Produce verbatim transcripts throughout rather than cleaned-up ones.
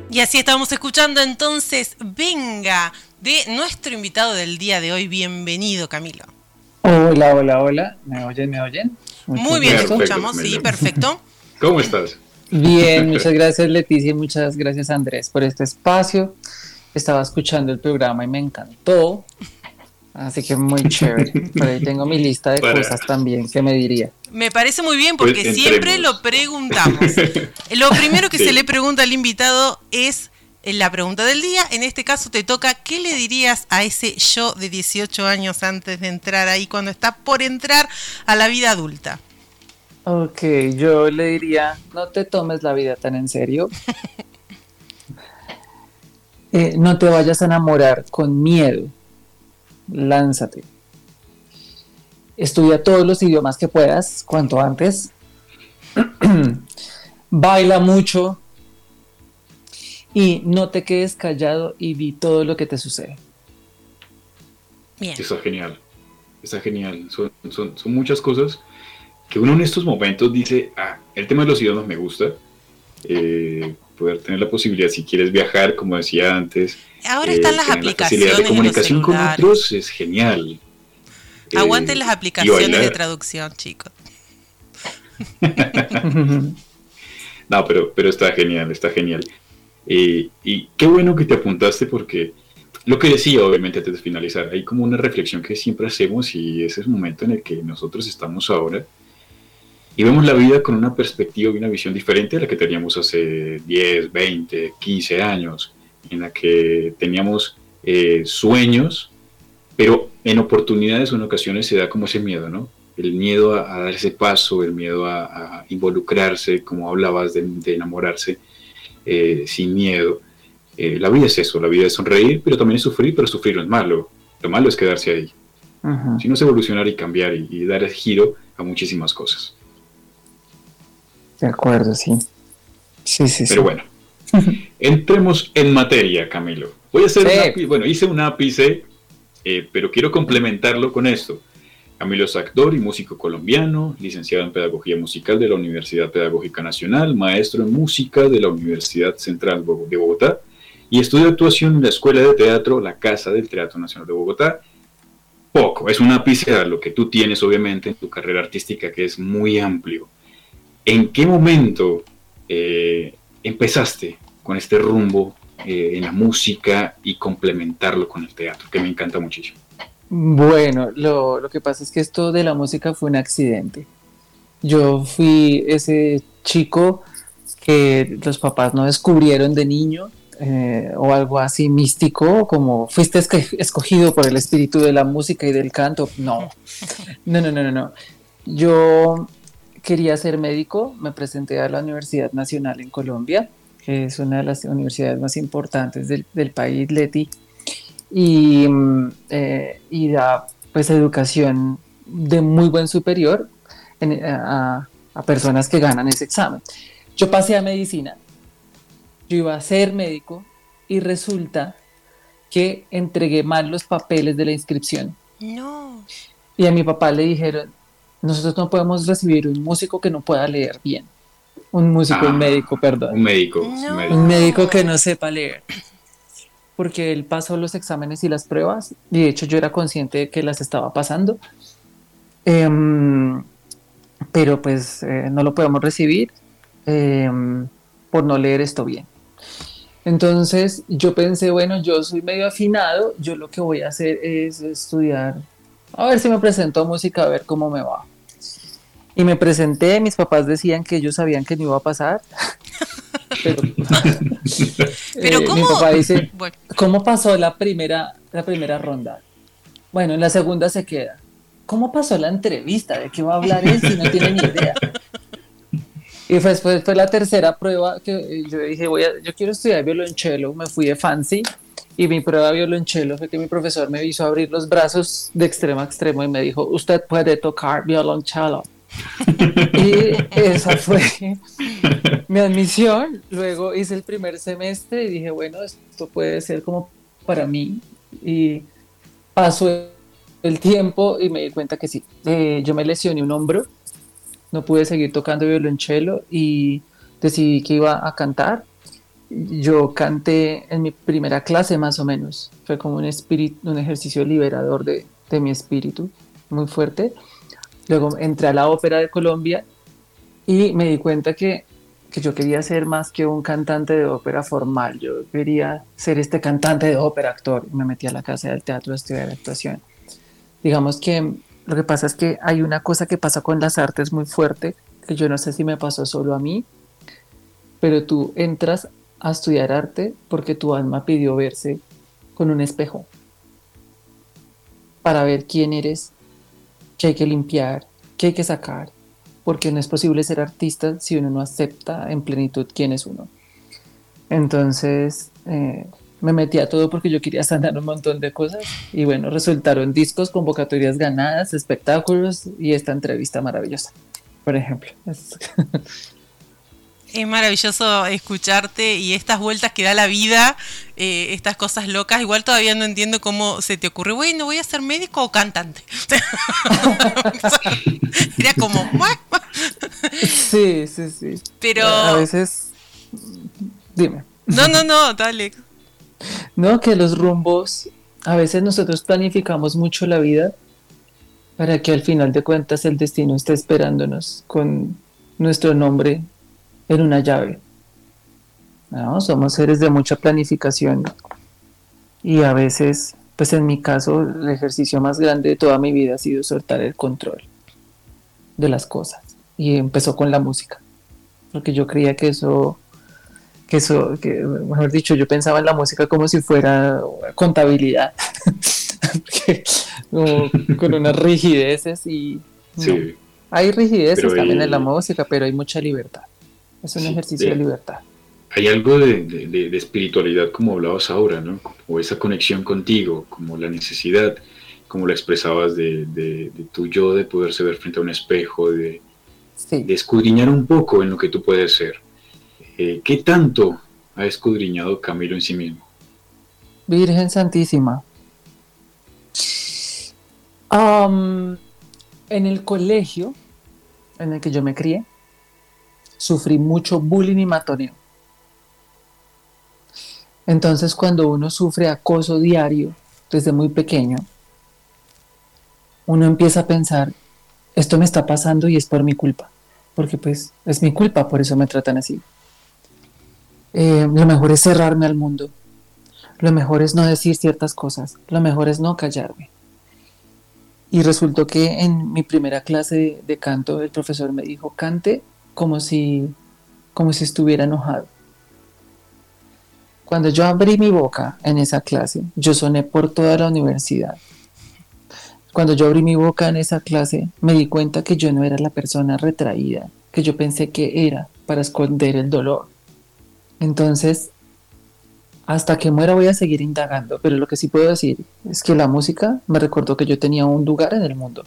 Y así estamos escuchando entonces Venga de nuestro invitado del día de hoy. Bienvenido, Camilo. Hola, hola, hola. ¿Me oyen? ¿Me oyen? Mucho Muy bien, perfecto, escuchamos, Camilo. Sí, perfecto. ¿Cómo estás? Bien, muchas gracias Leticia y muchas gracias Andrés por este espacio. Estaba escuchando el programa y me encantó. Así que muy chévere. Por ahí tengo mi lista de Para. cosas también que me diría. Me parece muy bien porque pues siempre lo preguntamos. Lo primero que sí. se le pregunta al invitado es la pregunta del día. En este caso te toca, ¿qué le dirías a ese yo de dieciocho años antes de entrar ahí, cuando está por entrar a la vida adulta? Ok, yo le diría, no te tomes la vida tan en serio. eh, no te vayas a enamorar con miedo. Lánzate. Estudia todos los idiomas que puedas, cuanto antes. Baila mucho. Y no te quedes callado y vi todo lo que te sucede. Bien. Está genial. Está genial. Son, son, son muchas cosas que uno en estos momentos dice, ah, el tema de los idiomas me gusta. Eh, poder tener la posibilidad, si quieres viajar, como decía antes. Ahora están eh, las aplicaciones la facilidad de comunicación con otros es genial. Aguanten eh, las aplicaciones de traducción, chicos. No, pero, pero está genial, está genial. Eh, y qué bueno que te apuntaste, porque lo que decía, obviamente, antes de finalizar, hay como una reflexión que siempre hacemos, y ese es el momento en el que nosotros estamos ahora y vemos la vida con una perspectiva y una visión diferente a la que teníamos hace diez, veinte, quince años, en la que teníamos eh, sueños, pero en oportunidades o en ocasiones se da como ese miedo, ¿no? El miedo a, a dar ese paso, el miedo a, a involucrarse, como hablabas de, de enamorarse eh, sin miedo. Eh, la vida es eso, la vida es sonreír, pero también es sufrir, pero sufrir no es malo. Lo malo es quedarse ahí. Uh-huh. Sino es evolucionar y cambiar y, y dar el giro a muchísimas cosas. De acuerdo, sí. Sí, sí, Pero sí. bueno, entremos en materia, Camilo. Voy a hacer sí. un ápice, bueno, hice un ápice, eh, pero quiero complementarlo con esto. Camilo es actor y músico colombiano, licenciado en Pedagogía Musical de la Universidad Pedagógica Nacional, maestro en música de la Universidad Central de Bogotá y estudia actuación en la Escuela de Teatro La Casa del Teatro Nacional de Bogotá. Poco, es un ápice a lo que tú tienes obviamente en tu carrera artística, que es muy amplio. ¿En qué momento eh, empezaste con este rumbo eh, en la música y complementarlo con el teatro, que me encanta muchísimo? Bueno, lo, lo que pasa es que esto de la música fue un accidente. Yo fui ese chico que los papás no descubrieron de niño, eh, o algo así místico, como fuiste escogido por el espíritu de la música y del canto. No, no, no, no, no. no. Yo quería ser médico, me presenté a la Universidad Nacional en Colombia, que es una de las universidades más importantes del, del país, Leti. Y, eh, y da pues educación de muy buen superior en, a, a personas que ganan ese examen. Yo pasé a medicina, yo iba a ser médico y resulta que entregué mal los papeles de la inscripción. No. Y a mi papá le dijeron, nosotros no podemos recibir un músico que no pueda leer bien. Un músico, ah, un médico, perdón. Un médico. No. Un médico. Un médico que no sepa leer. Porque él pasó los exámenes y las pruebas, y de hecho yo era consciente de que las estaba pasando, eh, pero pues eh, no lo podemos recibir eh, por no leer esto bien. Entonces yo pensé, bueno, yo soy medio afinado, yo lo que voy a hacer es estudiar, a ver si me presento a música, a ver cómo me va. Y me presenté, mis papás decían que ellos sabían que no iba a pasar. Pero, ¿Pero eh, cómo? Mi papá dice, bueno. ¿Cómo pasó la primera, la primera ronda? Bueno, en la segunda se queda. ¿Cómo pasó la entrevista? ¿De qué va a hablar él si no tiene ni idea? Y fue, fue, fue la tercera prueba que yo dije, voy a, yo quiero estudiar violonchelo, me fui de fancy, y mi prueba de violonchelo fue que mi profesor me hizo abrir los brazos de extremo a extremo y me dijo, usted puede tocar violonchelo. Y esa fue mi admisión. Luego hice el primer semestre y dije, bueno, esto puede ser como para mí. Y pasó el tiempo y me di cuenta que sí. Eh, yo me lesioné un hombro, no pude seguir tocando violonchelo y decidí que iba a cantar. yo canté en mi primera clase más o menos. Fue como un, espíritu, un ejercicio liberador de, de mi espíritu, muy fuerte. Luego entré a la Ópera de Colombia y me di cuenta que, que yo quería ser más que un cantante de ópera formal. Yo quería ser este cantante de ópera, actor. Y me metí a la Casa del Teatro a estudiar actuación. Digamos que lo que pasa es que hay una cosa que pasa con las artes muy fuerte, que yo no sé si me pasó solo a mí, pero tú entras a estudiar arte porque tu alma pidió verse con un espejo para ver quién eres, qué hay que limpiar, qué hay que sacar, porque no es posible ser artista si uno no acepta en plenitud quién es uno. Entonces eh, me metí a todo porque yo quería sanar un montón de cosas y bueno, resultaron discos, convocatorias ganadas, espectáculos y esta entrevista maravillosa, por ejemplo. Es... Es maravilloso escucharte y estas vueltas que da la vida, eh, estas cosas locas. Igual todavía no entiendo cómo se te ocurre, bueno, ¿voy a ser médico o cantante? Era como... Sí, sí, sí. Pero... A veces... Dime. No, no, no, dale. No, que los rumbos... A veces nosotros planificamos mucho la vida para que al final de cuentas el destino esté esperándonos con nuestro nombre en una llave. No, somos seres de mucha planificación y a veces, pues en mi caso, el ejercicio más grande de toda mi vida ha sido soltar el control de las cosas y empezó con la música, porque yo creía que eso, que eso, que mejor dicho, yo pensaba en la música como si fuera contabilidad, como, con unas rigideces y no. Sí. Hay rigideces pero también hay... en la música, pero hay mucha libertad. Es un sí, ejercicio de, de libertad. Hay algo de, de, de espiritualidad, como hablabas ahora, ¿no? O esa conexión contigo, como la necesidad, como la expresabas de, de, de tu yo, de poderse ver frente a un espejo, de, sí. de escudriñar un poco en lo que tú puedes ser. Eh, ¿Qué tanto ha escudriñado Camilo en sí mismo? Virgen Santísima. Um, en el colegio en el que yo me crié, sufrí mucho bullying y matoneo. Entonces, cuando uno sufre acoso diario desde muy pequeño, uno empieza a pensar, esto me está pasando y es por mi culpa, porque pues es mi culpa, por eso me tratan así. Eh, lo mejor es cerrarme al mundo, lo mejor es no decir ciertas cosas, lo mejor es no callarme. Y resultó que en mi primera clase de, de canto, el profesor me dijo, cante como si, como si estuviera enojado. Cuando yo abrí mi boca en esa clase, yo soné por toda la universidad. Cuando yo abrí mi boca en esa clase, me di cuenta que yo no era la persona retraída que yo pensé que era para esconder el dolor. Entonces, hasta que muera voy a seguir indagando, pero lo que sí puedo decir es que la música me recordó que yo tenía un lugar en el mundo.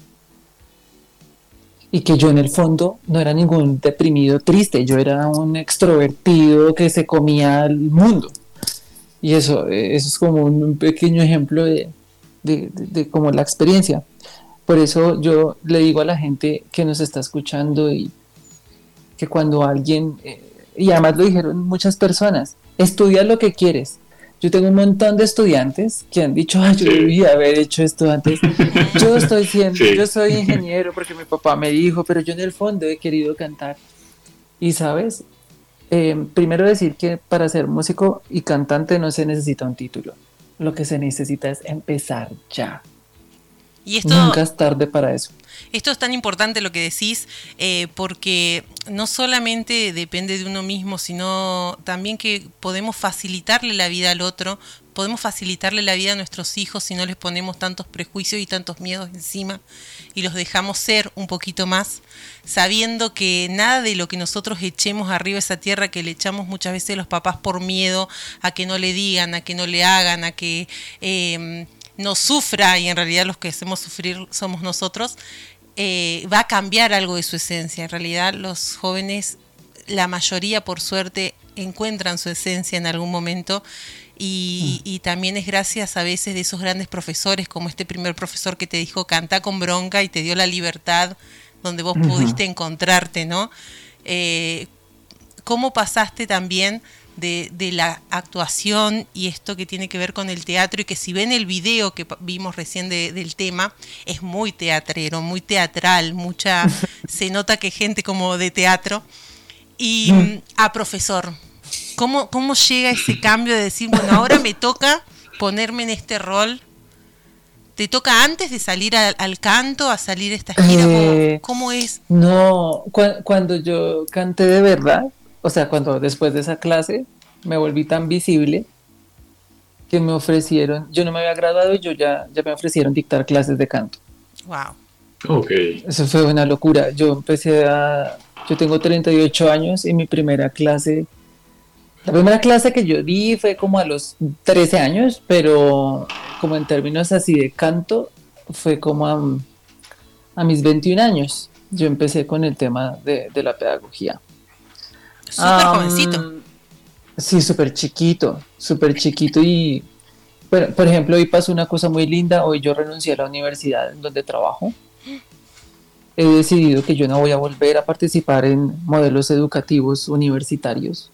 Y que yo en el fondo no era ningún deprimido triste, yo era un extrovertido que se comía al mundo. Y eso, eso es como un pequeño ejemplo de, de, de, de como la experiencia. Por eso yo le digo a la gente que nos está escuchando y que cuando alguien, eh, y además lo dijeron muchas personas, estudia lo que quieres. Yo tengo un montón de estudiantes que han dicho, ay, yo sí. debía haber hecho esto antes. Yo estoy siendo, sí. yo soy ingeniero porque mi papá me dijo, pero yo en el fondo he querido cantar. Y sabes, eh, primero decir que para ser músico y cantante no se necesita un título. Lo que se necesita es empezar ya. Y esto, nunca es tarde para eso. Esto es tan importante lo que decís, eh, porque no solamente depende de uno mismo, sino también que podemos facilitarle la vida al otro, podemos facilitarle la vida a nuestros hijos si no les ponemos tantos prejuicios y tantos miedos encima y los dejamos ser un poquito más, sabiendo que nada de lo que nosotros echemos arriba esa tierra que le echamos muchas veces los papás por miedo a que no le digan, a que no le hagan, a que... Eh, no sufra, y en realidad los que hacemos sufrir somos nosotros, eh, va a cambiar algo de su esencia. En realidad los jóvenes, la mayoría por suerte, encuentran su esencia en algún momento y, mm. y también es gracias a veces de esos grandes profesores, como este primer profesor que te dijo canta con bronca y te dio la libertad donde vos uh-huh. pudiste encontrarte, ¿no? Eh, ¿Cómo pasaste también de, de la actuación y esto que tiene que ver con el teatro, y que si ven el video que vimos recién de, del tema, es muy teatrero, muy teatral, mucha, se nota que gente como de teatro. Y mm. a profesor, ¿cómo, ¿cómo llega ese cambio de decir, bueno, ahora me toca ponerme en este rol? ¿Te toca antes de salir al, al canto, a salir a esta gira? Eh, ¿Cómo, ¿Cómo es? No, cu- cuando yo canté de verdad, o sea, cuando después de esa clase me volví tan visible que me ofrecieron, yo no me había graduado y yo ya, ya me ofrecieron dictar clases de canto. Wow. Ok. Eso fue una locura. Yo empecé a, yo tengo treinta y ocho años y mi primera clase, la primera clase que yo di fue como a los trece años, pero como en términos así de canto, fue como a, a mis veintiún años. Yo empecé con el tema de, de la pedagogía. Súper um, jovencito. Sí, súper chiquito, súper chiquito. Y, por, por ejemplo, hoy pasó una cosa muy linda. Hoy yo renuncié a la universidad en donde trabajo. He decidido que yo no voy a volver a participar en modelos educativos universitarios.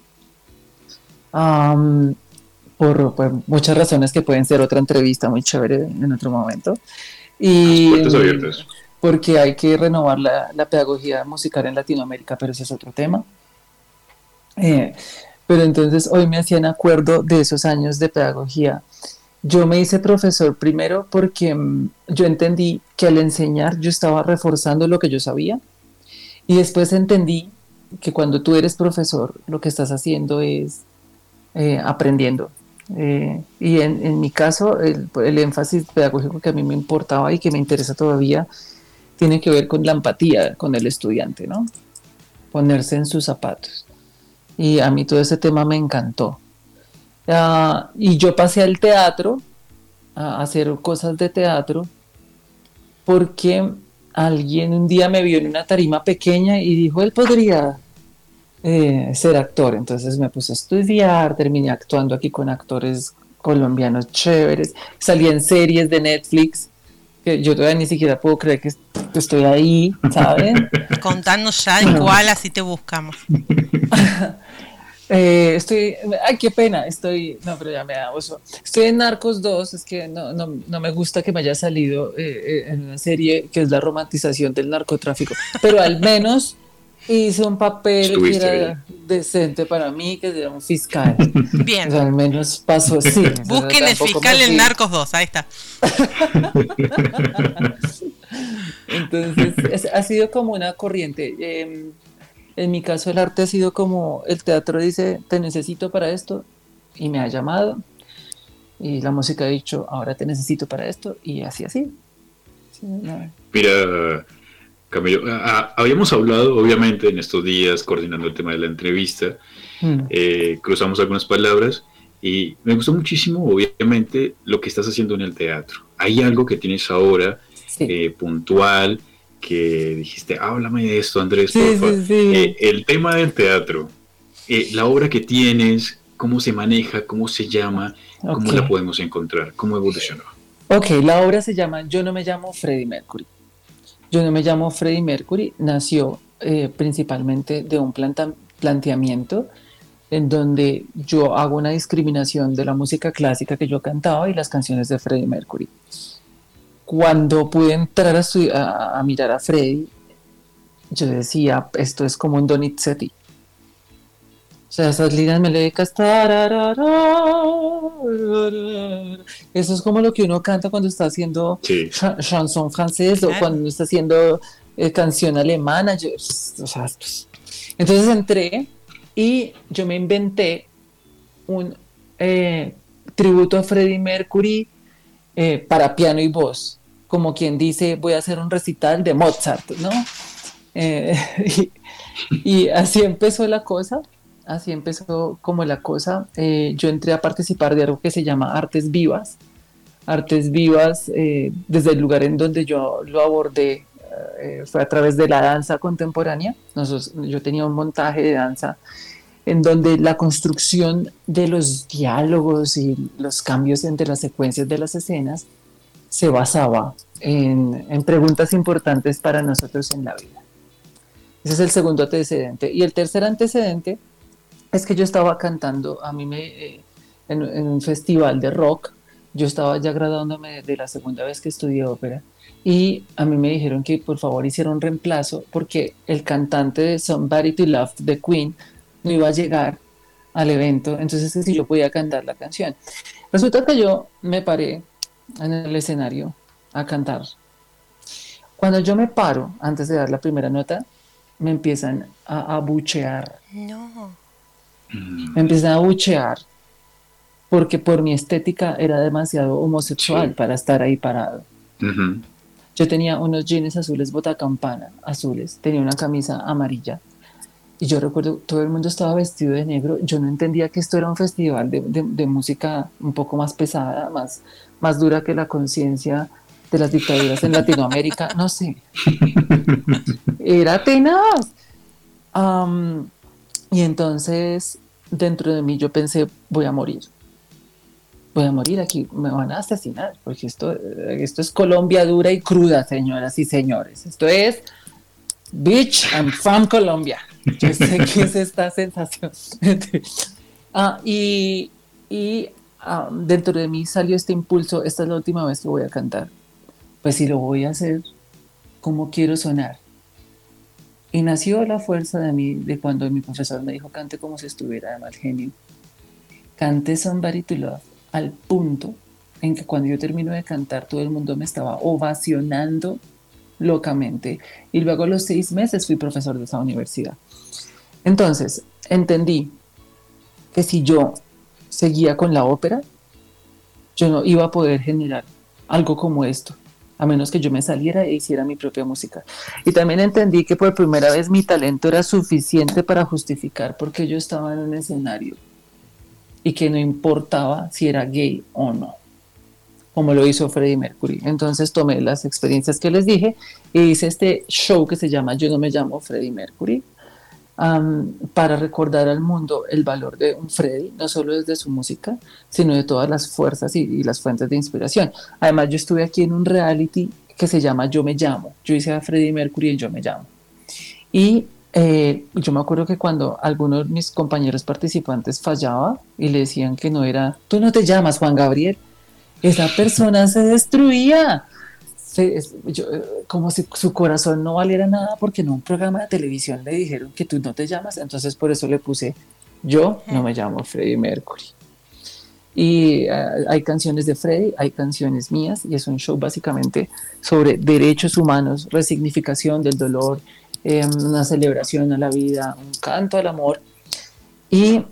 Um, por, por muchas razones que pueden ser otra entrevista muy chévere en otro momento. Y puertas abiertas. Porque hay que renovar la, la pedagogía musical en Latinoamérica, pero ese es otro tema. Eh, pero entonces hoy me hacían acuerdo de esos años de pedagogía. Yo me hice profesor primero porque um, yo entendí que al enseñar yo estaba reforzando lo que yo sabía, y después entendí que cuando tú eres profesor lo que estás haciendo es Eh, aprendiendo. Eh, y en, en mi caso, el, el énfasis pedagógico que a mí me importaba y que me interesa todavía tiene que ver con la empatía con el estudiante, ¿no? Ponerse en sus zapatos. Y a mí todo ese tema me encantó. Uh, y yo pasé al teatro, a hacer cosas de teatro, porque alguien un día me vio en una tarima pequeña y dijo, él podría Eh, ser actor. Entonces me puse a estudiar, terminé actuando aquí con actores colombianos chéveres, salí en series de Netflix que yo todavía ni siquiera puedo creer que, que estoy ahí, ¿saben? Contanos ya en cuál, así te buscamos. eh, estoy, ay, qué pena, estoy, no, pero ya me da oso. Estoy en Narcos dos, es que no, no, no me gusta que me haya salido eh, en una serie que es la romantización del narcotráfico, pero al menos hice un papel Estuviste que era bien. decente para mí, que era un fiscal. Bien. O sea, al menos pasó así. Busquen el fiscal en Narcos dos, ahí está. Entonces, es, ha sido como una corriente. Eh, en mi caso, el arte ha sido como, el teatro dice, te necesito para esto, y me ha llamado. Y la música ha dicho, ahora te necesito para esto, y así, así. Sí, no. Mira, Camilo, ah, habíamos hablado, obviamente, en estos días, coordinando el tema de la entrevista, mm. eh, cruzamos algunas palabras, y me gustó muchísimo, obviamente, lo que estás haciendo en el teatro. Hay algo que tienes ahora, sí. eh, puntual, que dijiste, háblame de esto, Andrés, sí, por favor. Sí, sí. Eh, el tema del teatro, eh, la obra que tienes, cómo se maneja, cómo se llama, okay. cómo la podemos encontrar, cómo evolucionó. Ok, la obra se llama Yo no me llamo Freddie Mercury. Yo no me llamo Freddie Mercury, nació eh, principalmente de un planta- planteamiento en donde yo hago una discriminación de la música clásica que yo cantaba y las canciones de Freddie Mercury. Cuando pude entrar a, estu- a, a mirar a Freddie, yo decía, esto es como un Donizetti. O sea, esas líneas melódicas, eso es como lo que uno canta cuando está haciendo sí. ch- chanson francés, claro. O cuando uno está haciendo eh, canción alemana. Yo, o sea, pues. Entonces entré y yo me inventé un eh, tributo a Freddie Mercury eh, para piano y voz, como quien dice, voy a hacer un recital de Mozart, ¿no? Eh, y, y así empezó la cosa. Así empezó como la cosa. Eh, yo entré a participar de algo que se llama Artes Vivas. Artes Vivas, eh, desde el lugar en donde yo lo abordé, eh, fue a través de la danza contemporánea. Nosotros, yo tenía un montaje de danza en donde la construcción de los diálogos y los cambios entre las secuencias de las escenas se basaba en, en preguntas importantes para nosotros en la vida. Ese es el segundo antecedente. Y el tercer antecedente Es que yo estaba cantando, a mí me, eh, en, en un festival de rock, yo estaba ya graduándome de la segunda vez que estudié ópera y a mí me dijeron que por favor hiciera un reemplazo porque el cantante de Somebody to Love de Queen no iba a llegar al evento, entonces que si yo podía cantar la canción. Resulta que yo me paré en el escenario a cantar. Cuando yo me paro, antes de dar la primera nota, me empiezan a abuchear. No. Me empiezan a abuchear porque por mi estética era demasiado homosexual sí. para estar ahí parado. Uh-huh. Yo tenía unos jeans azules botacampana, azules, tenía una camisa amarilla y yo recuerdo, todo el mundo estaba vestido de negro, yo no entendía que esto era un festival de, de, de música un poco más pesada, más, más dura que la conciencia de las dictaduras en Latinoamérica, no sé. Era tenaz. Um, y entonces, dentro de mí yo pensé, voy a morir. Voy a morir aquí, me van a asesinar, porque esto, esto es Colombia dura y cruda, señoras y señores. Esto es, bitch, I'm from Colombia. Yo sé que es esta sensación. ah, y y um, dentro de mí salió este impulso, esta es la última vez que voy a cantar. Pues si lo voy a hacer, ¿cómo quiero sonar? Y nació la fuerza de mí, de cuando mi profesor me dijo, cante como si estuviera de mal genio. Cante Somebody to Love, al punto en que cuando yo termino de cantar, todo el mundo me estaba ovacionando locamente. Y luego a los seis meses fui profesor de esa universidad. Entonces, entendí que si yo seguía con la ópera, yo no iba a poder generar algo como esto, a menos que yo me saliera e hiciera mi propia música. Y también entendí que por primera vez mi talento era suficiente para justificar por qué yo estaba en un escenario y que no importaba si era gay o no, como lo hizo Freddie Mercury. Entonces tomé las experiencias que les dije y hice este show que se llama Yo no me llamo Freddie Mercury, um, para recordar al mundo el valor de un Freddie, no solo desde su música, sino de todas las fuerzas y, y las fuentes de inspiración. Además, yo estuve aquí en un reality que se llama Yo me llamo. Yo hice a Freddie Mercury en Yo me llamo. Y eh, yo me acuerdo que cuando algunos de mis compañeros participantes fallaba y le decían que no era, tú no te llamas Juan Gabriel, esa persona se destruía. Se, yo, como si su corazón no valiera nada porque en un programa de televisión le dijeron que tú no te llamas, entonces por eso le puse yo no me llamo Freddie Mercury. Y uh, hay canciones de Freddie, hay canciones mías y es un show básicamente sobre derechos humanos, resignificación del dolor, eh, una celebración a la vida, un canto al amor y,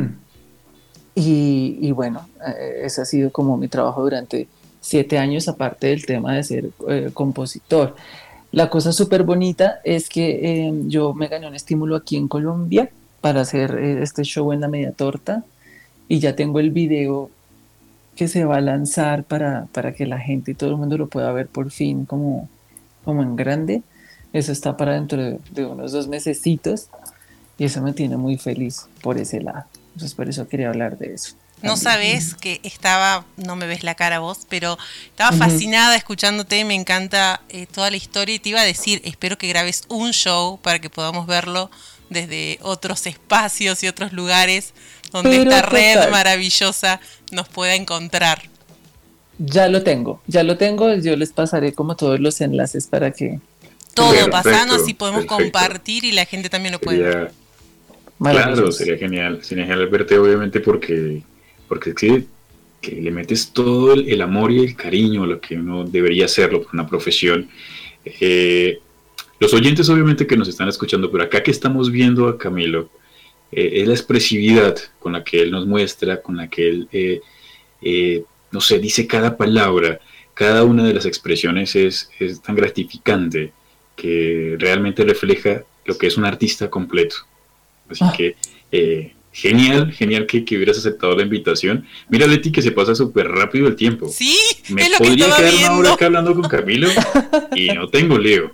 y, y bueno, eh, ese ha sido como mi trabajo durante siete años, aparte del tema de ser eh, compositor. La cosa súper bonita es que eh, yo me gané un estímulo aquí en Colombia para hacer eh, este show en la Media Torta y ya tengo el video que se va a lanzar para, para que la gente y todo el mundo lo pueda ver por fin como, como en grande. Eso está para dentro de, de unos dos mesecitos y eso me tiene muy feliz por ese lado. Entonces por eso quería hablar de eso. No sabes que estaba, no me ves la cara vos, pero estaba uh-huh. fascinada escuchándote, me encanta eh, toda la historia y te iba a decir, espero que grabes un show para que podamos verlo desde otros espacios y otros lugares donde pero esta red total. maravillosa nos pueda encontrar. Ya lo tengo, ya lo tengo, yo les pasaré como todos los enlaces para que... Todo, perfecto, pasanos y podemos perfecto. compartir y la gente también lo puede sería, ver. Claro, sería genial, sería genial verte obviamente porque... porque que, que le metes todo el, el amor y el cariño a lo que uno debería hacerlo por una profesión. Eh, los oyentes obviamente que nos están escuchando, pero acá que estamos viendo a Camilo, eh, es la expresividad con la que él nos muestra, con la que él, eh, eh, no sé, dice cada palabra, cada una de las expresiones es, es tan gratificante que realmente refleja lo que es un artista completo. Así ah. que... Eh, Genial, genial que, que hubieras aceptado la invitación. Mira, Leti, que se pasa súper rápido el tiempo. Sí, me es lo podría que quedar viendo. una hora acá hablando con Camilo y no tengo lío.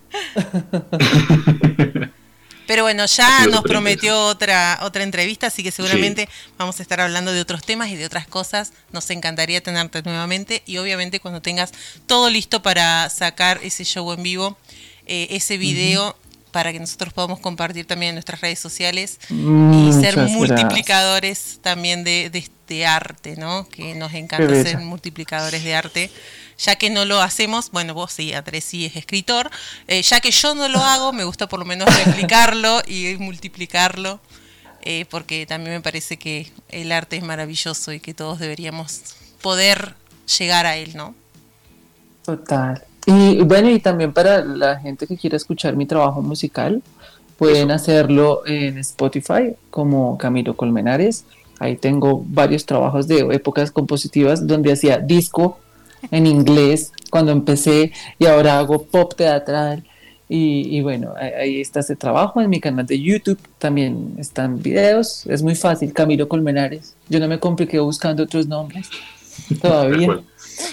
Pero bueno, ya nos prometió otra otra entrevista, así que seguramente sí. vamos a estar hablando de otros temas y de otras cosas. Nos encantaría tenerte nuevamente y obviamente cuando tengas todo listo para sacar ese show en vivo, eh, ese video... Uh-huh. para que nosotros podamos compartir también en nuestras redes sociales Mm, y ser muchas multiplicadores gracias. también de, de este arte, ¿no? Que nos encanta Qué ser bella. multiplicadores de arte. Ya que no lo hacemos, bueno, vos sí, Andrés sí es escritor, eh, ya que yo no lo hago, me gusta por lo menos replicarlo y multiplicarlo, eh, porque también me parece que el arte es maravilloso y que todos deberíamos poder llegar a él, ¿no? Total. Y bueno, y también para la gente que quiera escuchar mi trabajo musical, pueden Eso. hacerlo en Spotify como Camilo Colmenares. Ahí tengo varios trabajos de épocas compositivas donde hacía disco en inglés cuando empecé y ahora hago pop teatral. Y, y bueno, ahí, ahí está ese trabajo. En mi canal de YouTube también están videos. Es muy fácil, Camilo Colmenares. Yo no me compliqué buscando otros nombres De todavía. acuerdo.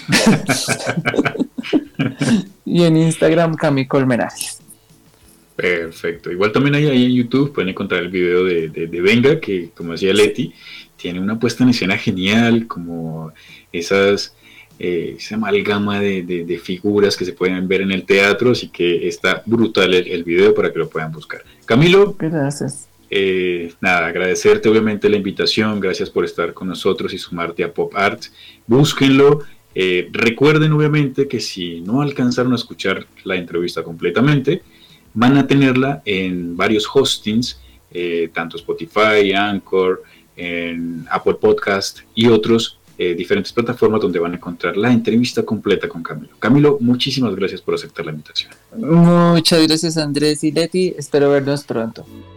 Y en Instagram, Cami Colmenares. Perfecto. Igual también hay ahí en YouTube, pueden encontrar el video de, de, de Venga, que como decía Leti, tiene una puesta en escena genial, como esas, eh, esa amalgama de, de, de figuras que se pueden ver en el teatro, así que está brutal el, el video para que lo puedan buscar. Camilo, Gracias. eh, nada, agradecerte obviamente la invitación, gracias por estar con nosotros y sumarte a Pop Art. Búsquenlo. Eh, recuerden obviamente que si no alcanzaron a escuchar la entrevista completamente, van a tenerla en varios hostings, eh, tanto Spotify, Anchor, en Apple Podcast y otros eh, diferentes plataformas donde van a encontrar la entrevista completa con Camilo. Camilo, muchísimas gracias por aceptar la invitación. Muchas gracias, Andrés y Leti. Espero vernos pronto.